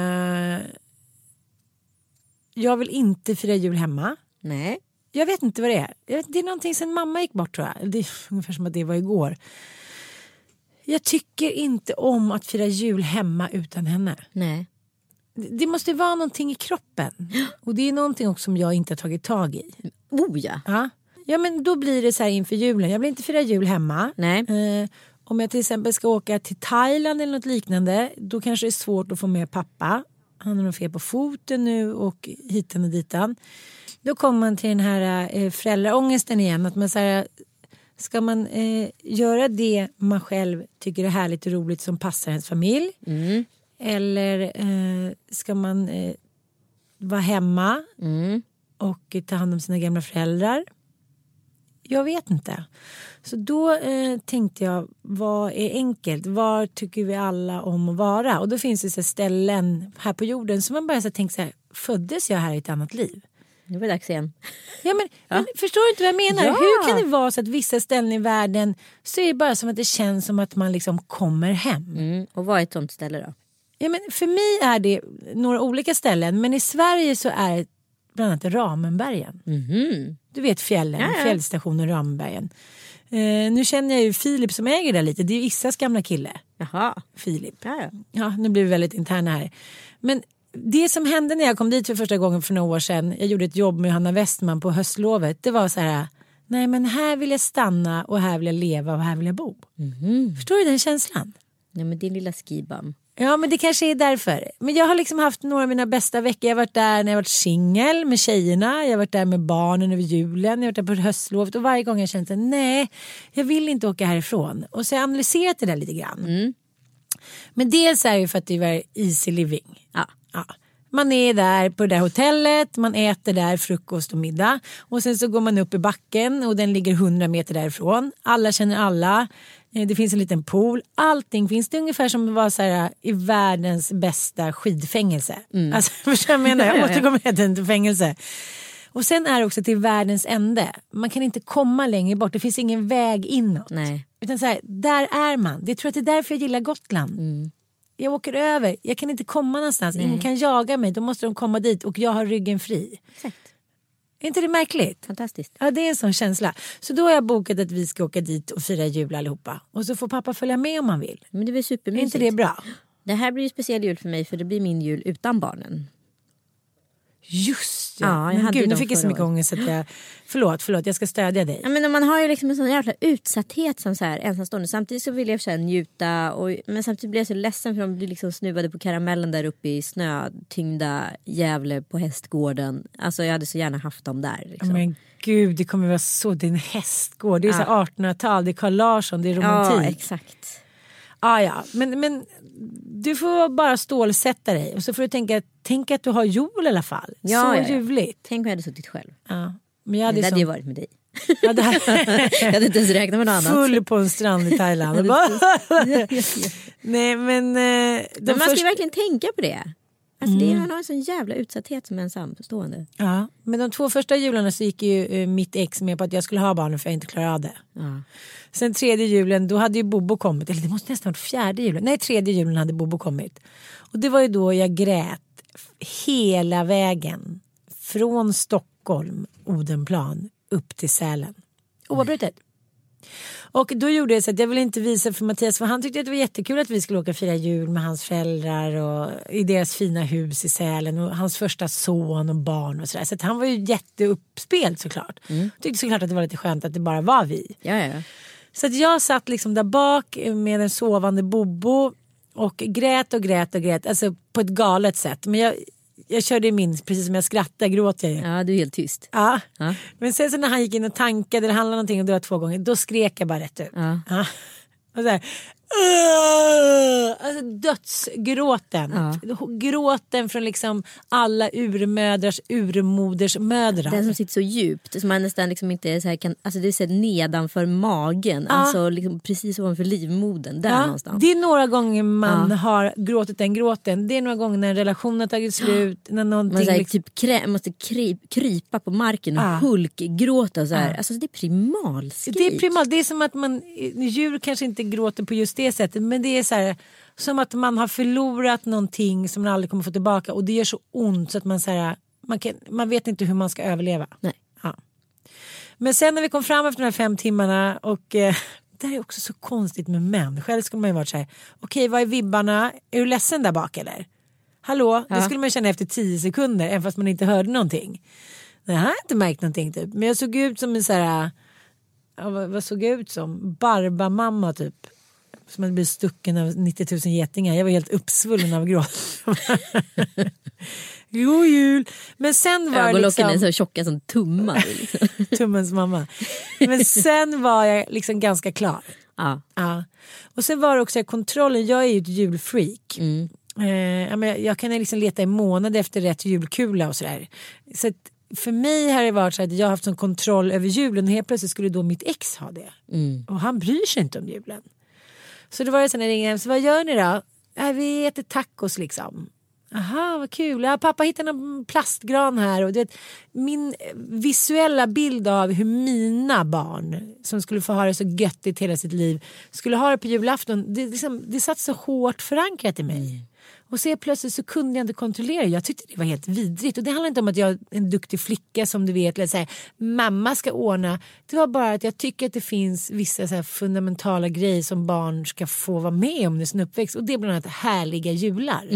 jag vill inte fira jul hemma. Nej. Jag vet inte vad det är. Det är någonting sen mamma gick bort, tror jag. Det är ungefär som att det var igår. Jag tycker inte om att fira jul hemma utan henne. Nej. Det måste vara någonting i kroppen. Och det är någonting också som jag inte har tagit tag i. Ja. Ja, men då blir det så här inför julen. Jag vill inte fira jul hemma. Nej. Om jag till exempel ska åka till Thailand eller något liknande, då kanske det är svårt att få med pappa. Han har något fel på foten nu och hitan och ditan. Då kommer man till den här föräldraångesten igen. Att man säger, ska man göra det man själv tycker är härligt och roligt som passar ens familj? Eller ska man vara hemma och ta hand om sina gamla föräldrar? Jag vet inte. Så då tänkte jag, vad är enkelt? Var tycker vi alla om att vara? Och då finns det så ställen här på jorden som man bara tänker så här, föddes jag här i ett annat liv? Det var dags igen. Ja, men förstår du inte vad jag menar? Ja. Hur kan det vara så att vissa ställen i världen så är det bara som att det känns som att man liksom kommer hem? Och vad är ett sånt ställe då? Ja, men för mig är det några olika ställen, men i Sverige så är det bland annat Ramenbergen. Du vet fjällstationen Ramenbergen. Nu känner jag ju Filip som äger det lite. Det är ju Issas gamla kille. Jaha. Filip. Ja. Ja, nu blir vi väldigt interna här. Men det som hände när jag kom dit för första gången för några år sedan, jag gjorde ett jobb med Hanna Westman på höstlovet, det var så här, nej men här vill jag stanna och här vill jag leva och här vill jag bo. Förstår du den känslan? Ja, men din lilla skibam. Ja, men det kanske är därför. Men jag har liksom haft några av mina bästa veckor. Jag har varit där när jag varit singel med tjejerna. Jag har varit där med barnen över julen. Jag har varit där på höstlovet. Och varje gång jag känt att nej, jag vill inte åka härifrån. Och så har jag analyserat det där lite grann. Men dels är det ju för att det är easy living. Ja. Man är där på det där hotellet. Man äter där frukost och middag. Och sen så går man upp i backen. Och den ligger 100 meter därifrån. Alla känner alla. Det finns en liten pool. Allting finns det ungefär som att vara så här, i världens bästa skidfängelse. Alltså, förstår jag menar? Jag återkommer till fängelse. Och sen är det också till världens ände. Man kan inte komma längre bort. Det finns ingen väg inåt. Nej. Utan så här, där är man. Det tror jag att det är därför jag gillar Gotland. Jag åker över. Jag kan inte komma någonstans. Nej. Ingen kan jaga mig. Då måste de komma dit. Och jag har ryggen fri. Exakt. Är inte det märkligt? Fantastiskt. Ja, det är en sån känsla. Så då har jag bokat att vi ska åka dit och fira jul allihopa. Och så får pappa följa med om han vill. Men det blir Är supermysigt. inte det bra? Det här blir ju speciell jul för mig för det blir min jul utan barnen. Just Ja, men gud, nu fick jag så mycket ångest att jag... Förlåt, jag ska stödja dig. Ja, men man har ju liksom en sån jävla utsatthet som så här ensamstående. Samtidigt så vill jag för njuta. Men samtidigt blir jag så ledsen för de blir liksom snuvade på karamellen där uppe i snötyngda Gävle på hästgården. Alltså jag hade så gärna haft dem där. Liksom. Men gud, det kommer vara så din hästgård. Det är så 1800-tal, det är Carl Larsson, det är romantik. Ja, exakt. Ja. Men du får bara stålsätta dig. Och så får du tänka att du har Joel i alla fall. Ja, så ljuvligt. Tänk om jag hade suttit själv. Ja. Men jag det hade som... ju varit med dig. Ja, jag hade inte ens räknat med något annat. Full på en strand i Thailand. Nej, men man ska ju verkligen tänka på det. Alltså det är en sån jävla utsatthet som ensamstående. Ja, men de 2 första jularna så gick ju mitt ex med på att jag skulle ha barnen för jag inte klarade av det. Ja. Sen 3:e julen, då hade ju Bobo kommit. Eller det måste nästan varit 4:e julen. Nej, 3:e julen hade Bobo kommit. Och det var ju då jag grät hela vägen. Från Stockholm, Odenplan, upp till Sälen. Oavbrutet. Och då gjorde jag så att jag ville inte visa för Mattias, för han tyckte att det var jättekul att vi skulle åka fira jul med hans föräldrar och i deras fina hus i Sälen och hans första son och barn och sådär. Så att han var ju jätteuppspelt såklart. Tyckte såklart att det var lite skönt att det bara var vi. Ja. Så att jag satt liksom där bak med en sovande Bobo och grät. Alltså på ett galet sätt. Men jag körde min, precis som jag skrattade, gråt jag ju. Ja, du är helt tyst. Ja. Men sen så när han gick in och tankade eller handlade någonting och det var 2 gånger, då skrek jag bara rätt ut. Ja. Och så här, alltså dödsgråten. Gråten från liksom alla urmödrars urmoders mödrar. Den som sitter så djupt som man nästan liksom inte så här kan, alltså det är så nedanför magen, alltså liksom precis ovanför livmodern där någonstans. Det är några gånger man har gråtit den gråten. Det är några gånger när en relation har tagit slut, när någonting man så här, liksom... typ måste krypa på marken och hulkgråta så här. Alltså det är primalskrik. Det är primal. Det är som att djur kanske inte gråter på just det sättet, men det är så här, som att man har förlorat någonting som man aldrig kommer få tillbaka och det gör så ont så att man så här, man vet inte hur man ska överleva. Nej. Ja. Men sen när vi kom fram efter de här 5 timmarna och det är också så konstigt med män. Själv skulle man ju varit så här, okej, vad är vibbarna? Är du ledsen där bak eller? Hallå? Det skulle man känna efter 10 sekunder även fast man inte hörde någonting. Nej, jag har inte märkt någonting typ. Men jag såg ut som en så här, vad såg jag ut som? Barbamamma typ. Som hade blivit stucken av 90 000 getingar. Jag var helt uppsvullen av gråt. God jul. Men sen var ögonlocken liksom... är så tjocka som tummar. Liksom. Tummens mamma. Men sen var jag liksom ganska klar. Ja. Och sen var det också kontrollen. Jag är ju ett julfreak. Jag kan liksom leta i månader efter rätt julkula och sådär. Så att för mig har det varit så att jag har haft sån kontroll över julen. Och helt plötsligt skulle då mitt ex ha det. Och han bryr sig inte om julen. Så det var det sen när jag ringde hem. Så vad gör ni då? Vi äter tacos liksom. Aha, vad kul. Ja, pappa hittade en plastgran här. Och det, min visuella bild av hur mina barn som skulle få ha det så göttigt hela sitt liv skulle ha det på julafton. Det satt så hårt förankrat i mig. Och så plötsligt så kunde jag inte kontrollera. Jag tyckte det var helt vidrigt. Och det handlar inte om att jag är en duktig flicka som du vet. Eller så här, mamma ska ordna. Det var bara att jag tycker att det finns vissa så här fundamentala grejer som barn ska få vara med om i sin uppväxt. Och det är bland annat härliga jular.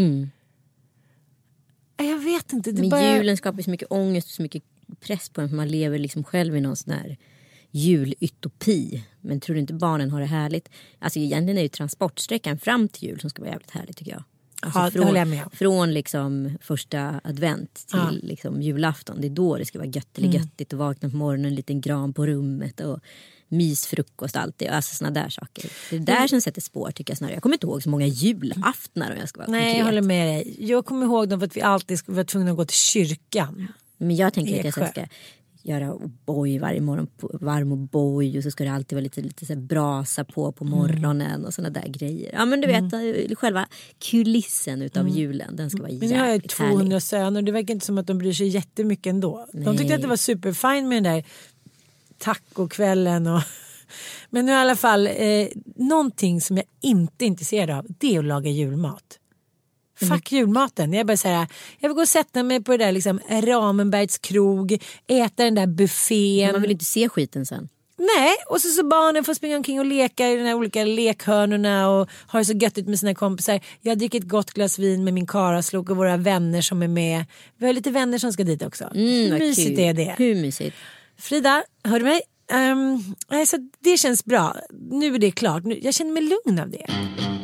Jag vet inte. Men julen skapar så mycket ångest och så mycket press på en. För man lever liksom själv i någon sån här julytopi. Men tror du inte barnen har det härligt? Alltså egentligen är ju transportsträckan fram till jul som ska vara jävligt härligt tycker jag. Alltså från liksom första advent till liksom julafton. Det är då det ska vara göttigt och vakna på morgonen, en liten gran på rummet och mysfrukost alltid. Alltså såna där saker. Det är där som sätter spår tycker jag snarare. Jag kommer inte ihåg så många julaftnar om jag ska vara konkret. Jag håller med dig. Jag kommer ihåg dem för att vi alltid skulle vara tvungna att gå till kyrkan. Men jag tänker att jag ska göra O'boy varje morgon, varm O'boy och så ska det alltid vara lite så här brasa på morgonen och såna där grejer. Ja men du vet själva kulissen utav julen, den ska vara jävligt härlig. Men jag har 200 söner, det verkar inte som att de bryr sig jättemycket ändå. Nej. De tyckte att det var superfine med den där tacokvällen och men nu i alla fall någonting som jag inte är intresserad av, det är att laga julmat. Fuck julmaten. Jag bara säga, jag vill gå och sätta mig på det där liksom Ramenbergs krog, äta den där buffén. Man vill inte se skiten sen. Nej, och så barnen får springa omkring och leka i de här olika lekhörnorna och ha det så göttigt med sina kompisar. Jag dricker ett gott glas vin med min karaslok och våra vänner som är med. Vi har lite vänner som ska dit också. Hur mysigt är det? Hur mysigt? Frida, hör du mig? Så det känns bra. Nu är det klart. Jag känner mig lugn av det.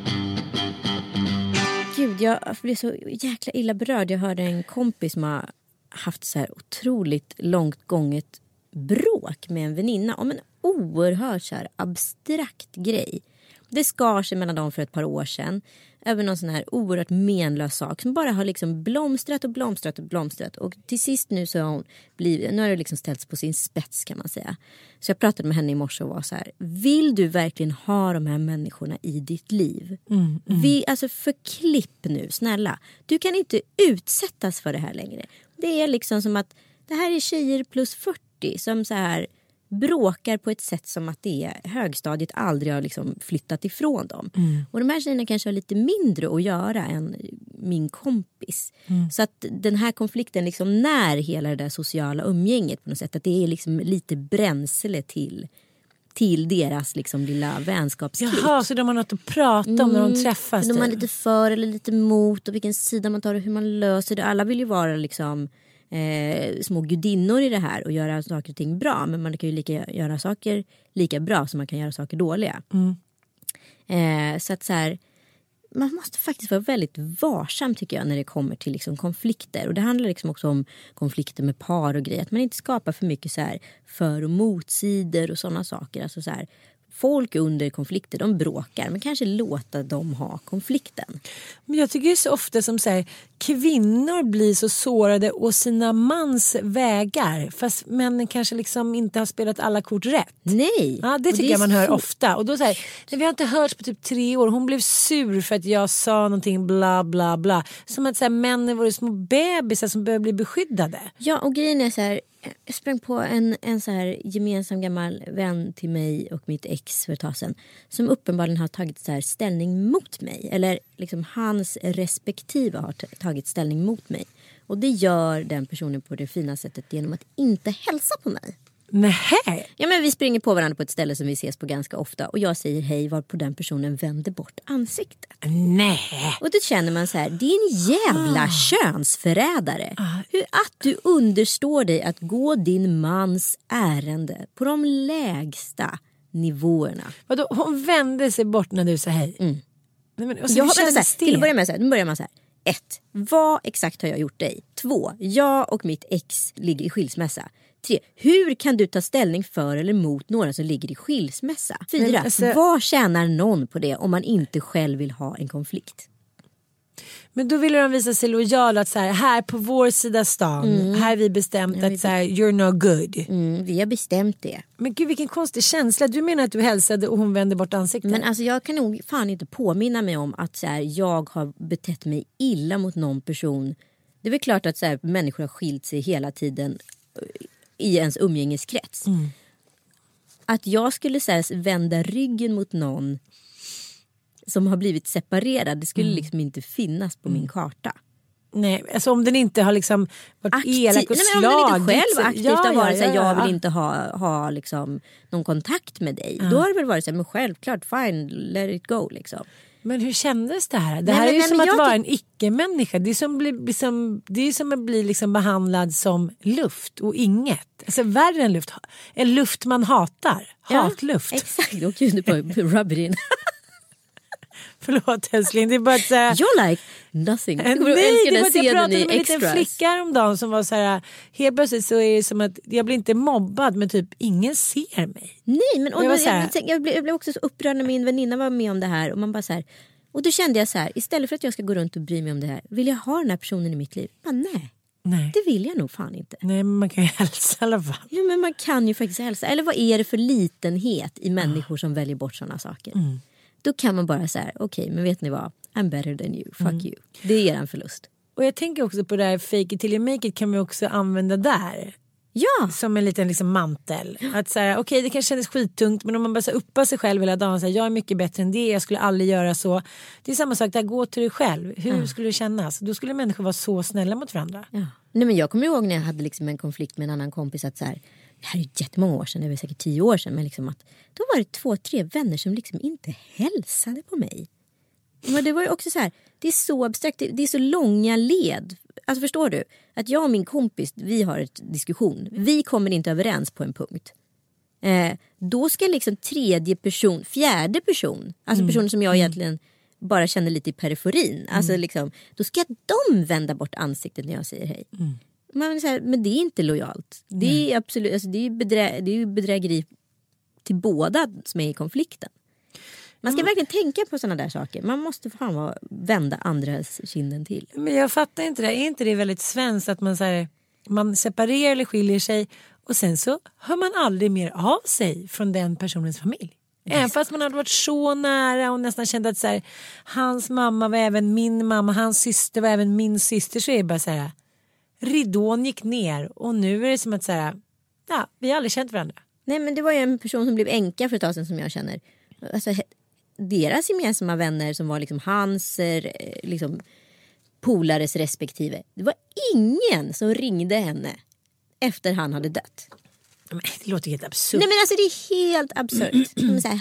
Gud, jag blev så jäkla illa berörd. Jag hörde en kompis som har haft så här otroligt långt gånget bråk med en väninna om en oerhört så här abstrakt grej. Det skar sig mellan dem för ett par år sedan över någon sån här oerhört menlös sak som bara har liksom blomstrat och till sist nu så har hon nu har det liksom ställts på sin spets, kan man säga. Så jag pratade med henne i morse och var så här: vill du verkligen ha de här människorna i ditt liv? Alltså förklipp nu, snälla. Du kan inte utsättas för det här längre. Det är liksom som att det här är tjejer plus 40 som så här bråkar på ett sätt som att det är högstadiet aldrig har liksom flyttat ifrån dem. Och de här tjejerna kanske har lite mindre att göra än min kompis. Så att den här konflikten liksom när hela det där sociala umgänget på något sätt, att det är liksom lite bränsle till deras liksom lilla vänskapsklick. Jaha, så de har något att prata om när de träffas. De har lite för eller lite emot och vilken sida man tar och hur man löser det. Alla vill ju vara liksom små gudinnor i det här och göra saker och ting bra, men man kan ju göra saker lika bra som man kan göra saker dåliga. Så att så här, man måste faktiskt vara väldigt varsam, tycker jag, när det kommer till liksom konflikter. Och det handlar liksom också om konflikter med par och grejer, att man inte skapar för mycket så här för- och motsidor och sådana saker. Alltså så här, folk under konflikter, de bråkar, men kanske låta dem ha konflikten. Men jag tycker det är så ofta som så här, kvinnor blir så sårade å sina mans vägar, fast männen kanske liksom inte har spelat alla kort rätt. Nej. Ja, det tycker jag man hör ofta. Och då så här, vi har inte hört på typ 3 år. Hon blev sur för att jag sa någonting bla bla bla. Som att så här, männen var små bebisar som börjar bli beskyddade. Ja, och grejen är så här, jag sprang på en så här gemensam gammal vän till mig och mitt ex för ett tag sedan, som uppenbarligen har tagit så här ställning mot mig. Eller liksom hans respektive har tagit ställning mot mig. Och det gör den personen på det fina sättet genom att inte hälsa på mig. Nej. Ja, men vi springer på varandra på ett ställe som vi ses på ganska ofta. Och jag säger hej, var på den personen vänder bort ansiktet. Nej. Och då känner man så här, det är en jävla könsförrädare. Hur att du understår dig att gå din mans ärende på de lägsta nivåerna. Vadå, hon vände sig bort när du sa hej? Nej, men, och så till att börja med så här, nu börjar man så här. 1. Vad exakt har jag gjort dig? 2. Jag och mitt ex ligger i skilsmässa. 3. Hur kan du ta ställning för eller mot några som ligger i skilsmässa? 4. Vad tjänar någon på det om man inte själv vill ha en konflikt? Men då ville de visa sig lojala att så här på vår sida stan, här har vi bestämt att så här, you're no good. Vi har bestämt det. Men gud, vilken konstig känsla. Du menar att du hälsade och hon vände bort ansiktet? Men alltså jag kan nog fan inte påminna mig om att så här, jag har betett mig illa mot någon person. Det är väl klart att så här, människor har skilt sig hela tiden i ens umgängeskrets. Att jag skulle så här, vända ryggen mot någon som har blivit separerad, det skulle liksom inte finnas på min karta. Nej, alltså om den inte har liksom varit elak och slagit. Om den inte själv aktivt har varit så här, jag vill inte ha liksom någon kontakt med dig. Då har det väl varit så här, men självklart, fine, let it go liksom. Men hur kändes det här? Det här är ju som att vara en icke-människa. Det är som att bli liksom behandlad som luft och inget. Alltså värre än luft. En luft man hatar. Hatluft. Ja, exakt, och gud, på rub it in. Förlåt älskling, det är bara att säga... You're like nothing. Nej, det var att jag pratade med en liten flicka om dagen som var så här, helt plötsligt så är det som att jag blir inte mobbad men typ ingen ser mig. Nej, men och jag blev också så upprörd när min väninna var med om det här och man bara så här, och då kände jag så här, istället för att jag ska gå runt och bry mig om det här, vill jag ha den här personen i mitt liv? Men nej, det vill jag nog fan inte. Nej, men man kan ju hälsa i alla fall. Ja, men man kan ju faktiskt hälsa. Eller vad är det för litenhet i människor som väljer bort sådana saker? Då kan man bara säga, okej, men vet ni vad? I'm better than you, fuck you. Det är en förlust. Och jag tänker också på det här fake it till you make it kan vi också använda där. Ja. Som en liten liksom mantel. Att säga, okej, det kan kännas skittungt, men om man bara så uppar sig själv hela dagen och säger, jag är mycket bättre än det, jag skulle aldrig göra så. Det är samma sak, där gå till dig själv. Hur skulle det kännas? Då skulle människor vara så snälla mot varandra. Ja. Nej, men jag kommer ihåg när jag hade liksom en konflikt med en annan kompis att så här, det här är ju jättemånga år sedan, det var säkert 10 år sedan, men liksom att då var det 2-3 vänner som liksom inte hälsade på mig. Men det var ju också så här, det är så abstrakt, det är så långa led. Alltså förstår du? Att jag och min kompis, vi har ett diskussion. Vi kommer inte överens på en punkt. Då ska liksom tredje person, fjärde person, alltså personer som jag egentligen bara känner lite i periferin. Alltså liksom, då ska de vända bort ansiktet när jag säger hej. Men det är inte lojalt. Det är absolut, alltså det är bedrägeri till båda som är i konflikten. Man ska verkligen tänka på såna där saker. Man måste vända andras kinden till. Men jag fattar inte det. Är inte det väldigt svenskt att man separerar eller skiljer sig och sen så hör man aldrig mer av sig från den personens familj? Även fast man hade varit så nära och nästan känt att så här, hans mamma var även min mamma, hans syster var även min syster, så är det bara så här, ridån gick ner och nu är det som att så här, ja, vi har aldrig känt varandra. Nej, men det var ju en person som blev änka för ett tag sedan som jag känner. Alltså, deras gemensamma vänner som var liksom hans liksom, polares respektive. Det var ingen som ringde henne efter han hade dött. Men det låter helt absurt. Nej, men alltså det är helt absurt. De säger,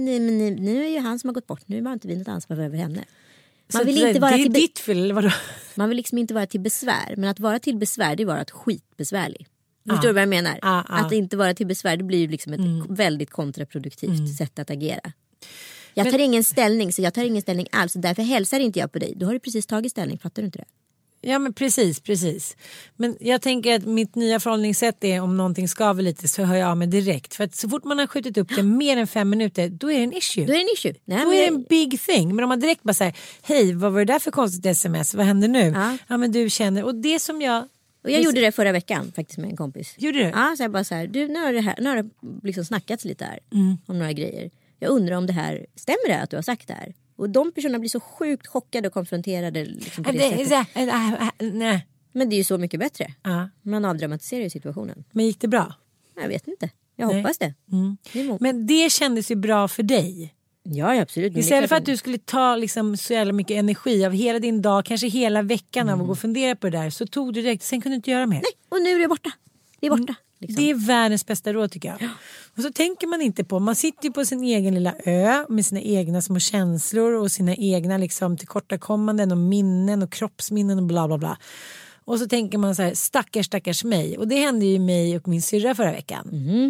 nu är ju han som har gått bort. Nu har inte vi något ansvar över henne. Man vill inte vara ditt fel, vadå? Man vill liksom inte vara till besvär. Men att vara till besvär, det är vara att skitbesvärlig. Förstår du vad jag menar? Att inte vara till besvär, det blir ju liksom ett väldigt kontraproduktivt sätt att agera. Jag tar ingen ställning, så jag tar ingen ställning alls. Därför hälsar inte jag på dig. Då har du precis tagit ställning, fattar du inte det? Ja, men precis. Men jag tänker att mitt nya förhållningssätt är, om någonting skaver lite så hör jag av mig direkt. För att så fort man har skjutit upp det mer än 5 minuter, då är det en issue. Nej, då är det en big thing. Men om man direkt bara säger, hej, vad var det där för konstigt sms? Vad händer nu? Ja, men du känner, och det som jag... Och jag gjorde det förra veckan faktiskt med en kompis. Gjorde du? Ja, så jag bara så här, du, nu har det liksom snackats lite här om några grejer. Jag undrar om det här, stämmer det att du har sagt det här? Och de personerna blir så sjukt chockade och konfronterade liksom på det sättet. Nej. Men det är ju så mycket bättre. Man avdramatiserar ju situationen. Men gick det bra? Jag vet inte. Jag hoppas det. Men det kändes ju bra för dig. Ja, absolut. Istället för att du skulle ta liksom så jävla mycket energi av hela din dag, kanske hela veckan av att gå och fundera på det där, så tog du direkt, sen kunde du inte göra mer. Nej, och nu är det borta. Det är borta. Liksom. Det är världens bästa råd, tycker jag. Och så tänker man inte på, man sitter ju på sin egen lilla ö med sina egna små känslor och sina egna liksom tillkortakommanden och minnen och kroppsminnen och bla bla bla. Och så tänker man så här, stackars mig. Och det hände ju mig och min syrra förra veckan.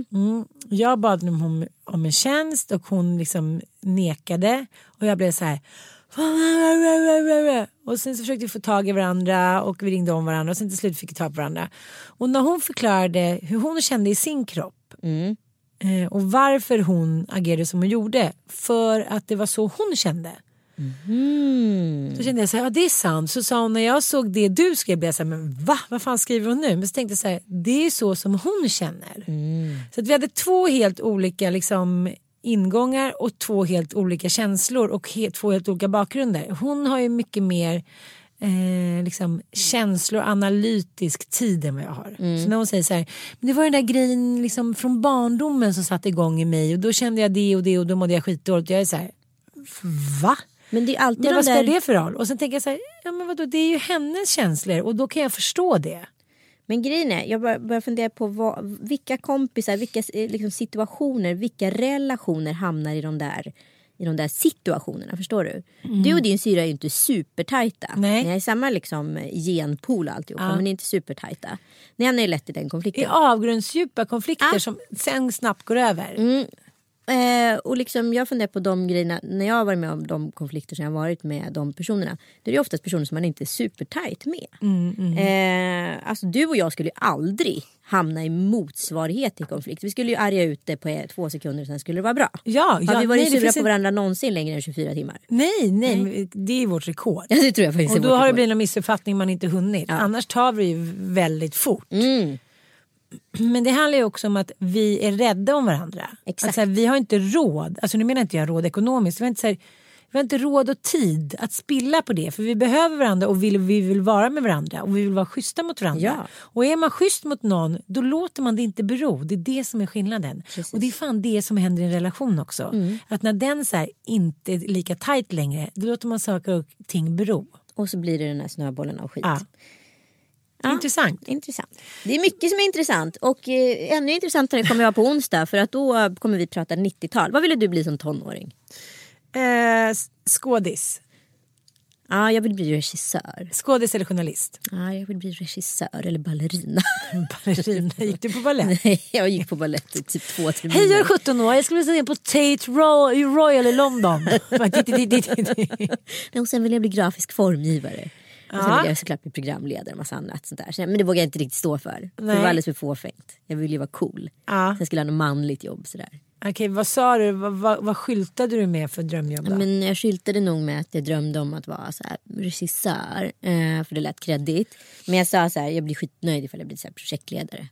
Jag bad om en tjänst och hon liksom nekade. Och jag blev så här... Och sen så försökte vi få tag i varandra och vi ringde om varandra och sen till slut fick vi tag på varandra. Och när hon förklarade hur hon kände i sin kropp och varför hon agerade som hon gjorde, för att det var så hon kände. Så kände jag så här, ja det är sant. Så sa hon, när jag såg det du skrev, blev jag så här, men vad fan skriver hon nu? Men så tänkte jag så här, det är så som hon känner. Så att vi hade 2 helt olika liksom ingångar och 2 helt olika känslor och 2 helt olika bakgrunder. Hon har ju mycket mer liksom känslor, analytisk tid än vad jag har. Så när hon säger så här, men det var den där grejen liksom från barndomen som satte igång i mig och då kände jag det och det och då mådde jag skitdåligt. Jag är så här, va? Men det är alltid vad spelar det för roll? Och sen tänker jag så här, ja men vadå, det är ju hennes känslor och då kan jag förstå det. Men grejen är, jag börjar fundera på vilka kompisar, vilka liksom, situationer, vilka relationer hamnar i de där situationerna, förstår du? Du och din syra är ju inte supertajta. Nej. Ni är samma liksom genpool alltihopa, men ni är inte supertajta. Ni hamnar ju lätt i den konflikten. Det är avgrundsdjupa konflikter som sen snabbt går över. Och liksom jag funderar på de grejerna, när jag har varit med om de konflikter som jag har varit med de personerna, det är ju oftast personer som man inte är supertajt med. Alltså du och jag skulle ju aldrig hamna i motsvarighet till konflikt. Vi skulle ju arga ut det på 2 sekunder och sen skulle det vara bra. Har vi varit sura på varandra någonsin längre än 24 timmar? Nej. Det är vårt rekord. Ja, det tror jag faktiskt. Och då har det blivit en missuppfattning man inte hunnit. Annars tar vi ju väldigt fort. Men det handlar ju också om att vi är rädda om varandra. Alltså, vi har inte råd. Alltså nu menar inte jag råd ekonomiskt. Vi har inte råd och tid att spilla på det. För vi behöver varandra och vi vill vara med varandra. Och vi vill vara schyssta mot varandra. Ja. Och är man schysst mot någon, då låter man det inte bero. Det är det som är skillnaden. Precis. Och det är fan det som händer i en relation också. Att när den så här inte är lika tajt längre, då låter man saker och ting bero. Och så blir det den här snöbollen av skit. Intressant. Det är mycket som är intressant. Och ännu intressantare kommer jag på onsdag. För att då kommer vi prata 90-tal. Vad ville du bli som tonåring? Skådis. Ja, jag vill bli regissör. Skådis eller journalist? Ja, jag vill bli regissör eller ballerina. Ballerina? Gick du på ballett? Nej, jag gick på ballett i typ 2 terminer. Hej, jag är 17 år. Jag skulle vilja se på Tate Royal i London. Och sen vill jag bli grafisk formgivare. Och sen vill jag såklart bli programledare och massa annat sånt där. Men det vågar jag inte riktigt stå för. Det var alldeles för fåfängt. Jag vill ju vara cool. Sen skulle jag ha något manligt jobb sådär. Okej, vad sa du? Vad skyltade du med för drömjobb då? Men jag skyltade nog med att jag drömde om att vara så här regissör. För det lät kreddigt. Men jag sa så här, jag blir skitnöjd ifall jag blir så här projektledare.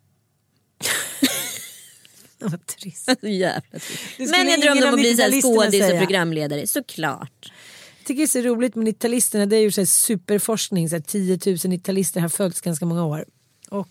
Vad trist. Så jävla trist. Men jag drömde om att bli så här skådis och programledare, såklart. Jag tycker det är så roligt med 90-talisterna. Det är ju så här superforskning. Så här 10 000 90-talister har följts ganska många år. Och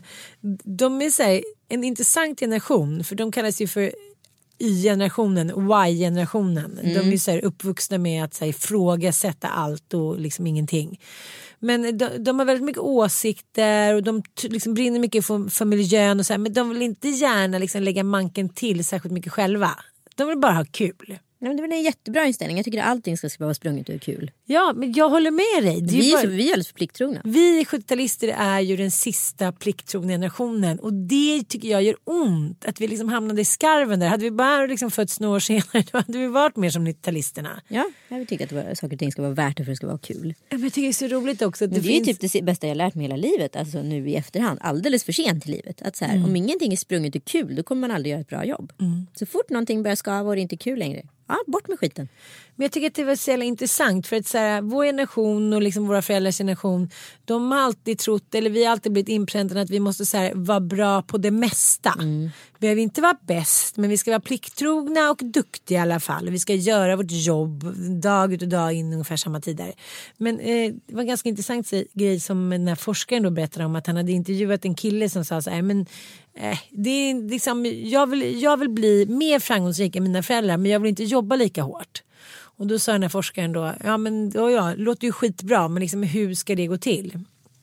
de är så här, en intressant generation. För de kallas ju för Y-generationen, Y-generationen. De är ju så här uppvuxna med att så här, ifrågasätta allt och liksom ingenting. Men de har väldigt mycket åsikter och de liksom brinner mycket för miljön och så här, men de vill inte gärna liksom lägga manken till särskilt mycket själva. De vill bara ha kul. Nej, men det är en jättebra inställning. Jag tycker att allting ska vara sprunget ur kul. Ja, men jag håller med dig. Vi är alldeles för plikttrogna. Vi 70-talister är ju den sista plikttrogna generationen. Och det tycker jag gör ont. Att vi liksom hamnade i skarven där. Hade vi bara liksom fötts några år senare, då hade vi varit mer som 90-talisterna. Ja, jag tycker att saker och ting ska vara värt det för att det ska vara kul. Ja, men jag tycker det är så roligt också. Att det är ju typ det bästa jag lärt mig hela livet. Alltså nu i efterhand. Alldeles för sent i livet. Att så här, om ingenting är sprunget ur kul, då kommer man aldrig göra ett bra jobb. Så fort någonting börjar skava och det är inte kul längre. Ja, bort med skiten. Men jag tycker att det var så jävla intressant. För att så här, vår generation och liksom våra föräldrars generation, de har alltid trott, eller vi har alltid blivit inpräntade att vi måste så här, vara bra på det mesta. Vi behöver inte vara bäst, men vi ska vara plikttrogna och duktiga i alla fall. Vi ska göra vårt jobb dag ut och dag in ungefär samma tider. Men det var en ganska intressant grej som den här forskaren då berättade om, att han hade intervjuat en kille som sa så här, men det är liksom, jag vill bli mer framgångsrik än mina föräldrar, men jag vill inte jobba lika hårt. Och då sa den här forskaren då, det låter ju skitbra, men liksom, hur ska det gå till?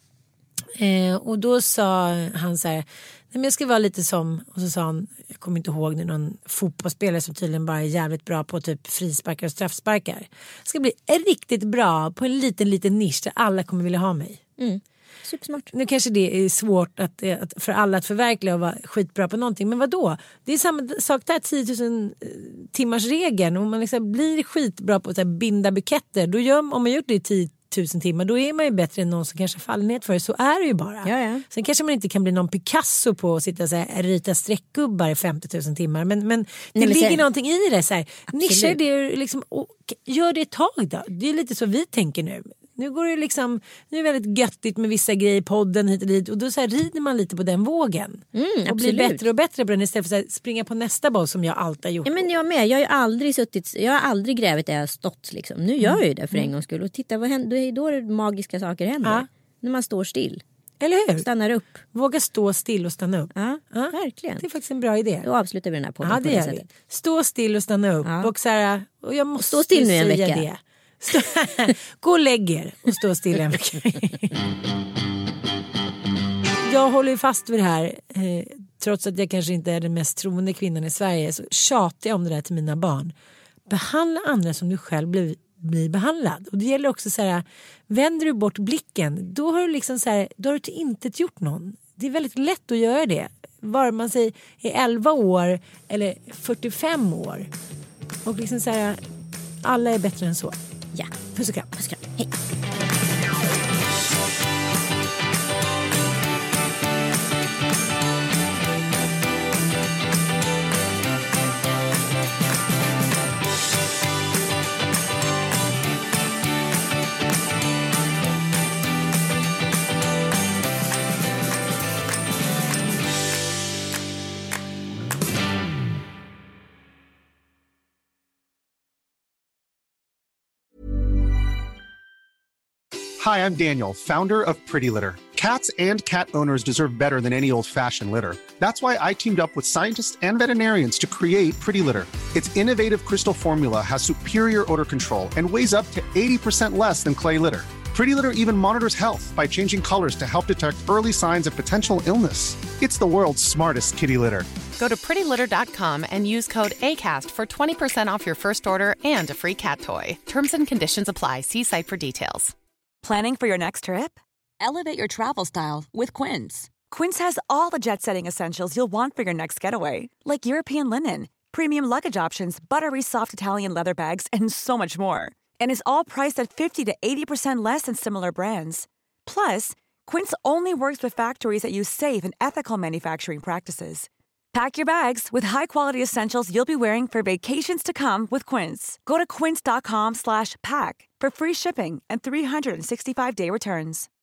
Och då sa han så här, nej, men jag ska vara lite som, och så sa han, jag kommer inte ihåg, det är någon fotbollsspelare som tydligen bara är jävligt bra på typ frisparkar och straffsparkar. Jag ska bli riktigt bra på en liten nisch där alla kommer vilja ha mig. Supersmart. Nu kanske det är svårt att för alla att förverkliga och vara skitbra på någonting. Men vadå? Det är samma sak där, 10 000 timmars regeln. Om man liksom blir skitbra på att binda buketter, då om man gjort det i 10 000 timmar, då är man ju bättre än någon som kanske faller ner för det. Så är det ju bara. Ja. Sen kanske man inte kan bli någon Picasso på att sitta och rita streckgubbar i 50 000 timmar. Men det ligger någonting i det. Så här. Nischer det liksom, och gör det ett tag då. Det är lite så vi tänker nu. Nu går det liksom, nu är det väldigt göttigt med vissa grejer i podden hit och dit, och då så här rider man lite på den vågen och blir bättre och bättre på den istället för att springa på nästa boll som jag alltid har gjort. Ja, men jag med, jag har aldrig grävt där jag har stått liksom. Nu gör jag ju det för en gångs skull, och titta vad händer, det är då det magiska saker händer. När man står still. Eller hur? Stannar upp. Våga stå still och stanna upp. Ja, verkligen. Det är faktiskt en bra idé. Då avslutar vi den här podden på det sättet. Stå still och stanna upp. Och så här, och jag måste stå still nu en säga vecka. Det. Gå och lägg er och stå still en vecka. Jag håller ju fast vid det här, trots att jag kanske inte är den mest troende kvinnan i Sverige, så tjatar jag om det där till mina barn. Behandla andra som du själv blir behandlad. Och det gäller också så här, vänder du bort blicken, då har du liksom så här, då har du inte gjort någon. Det är väldigt lätt att göra det. Var man sig är 11 år eller 45 år. Och liksom så här, alla är bättre än så. Ja, puss och kram. Hej. Hi, I'm Daniel, founder of Pretty Litter. Cats and cat owners deserve better than any old-fashioned litter. That's why I teamed up with scientists and veterinarians to create Pretty Litter. Its innovative crystal formula has superior odor control and weighs up to 80% less than clay litter. Pretty Litter even monitors health by changing colors to help detect early signs of potential illness. It's the world's smartest kitty litter. Go to prettylitter.com and use code ACAST for 20% off your first order and a free cat toy. Terms and conditions apply. See site for details. Planning for your next trip? Elevate your travel style with Quince. Quince has all the jet-setting essentials you'll want for your next getaway, like European linen, premium luggage options, buttery soft Italian leather bags, and so much more. And is all priced at 50 to 80% less than similar brands. Plus, Quince only works with factories that use safe and ethical manufacturing practices. Pack your bags with high-quality essentials you'll be wearing for vacations to come with Quince. Go to quince.com/pack for free shipping and 365-day returns.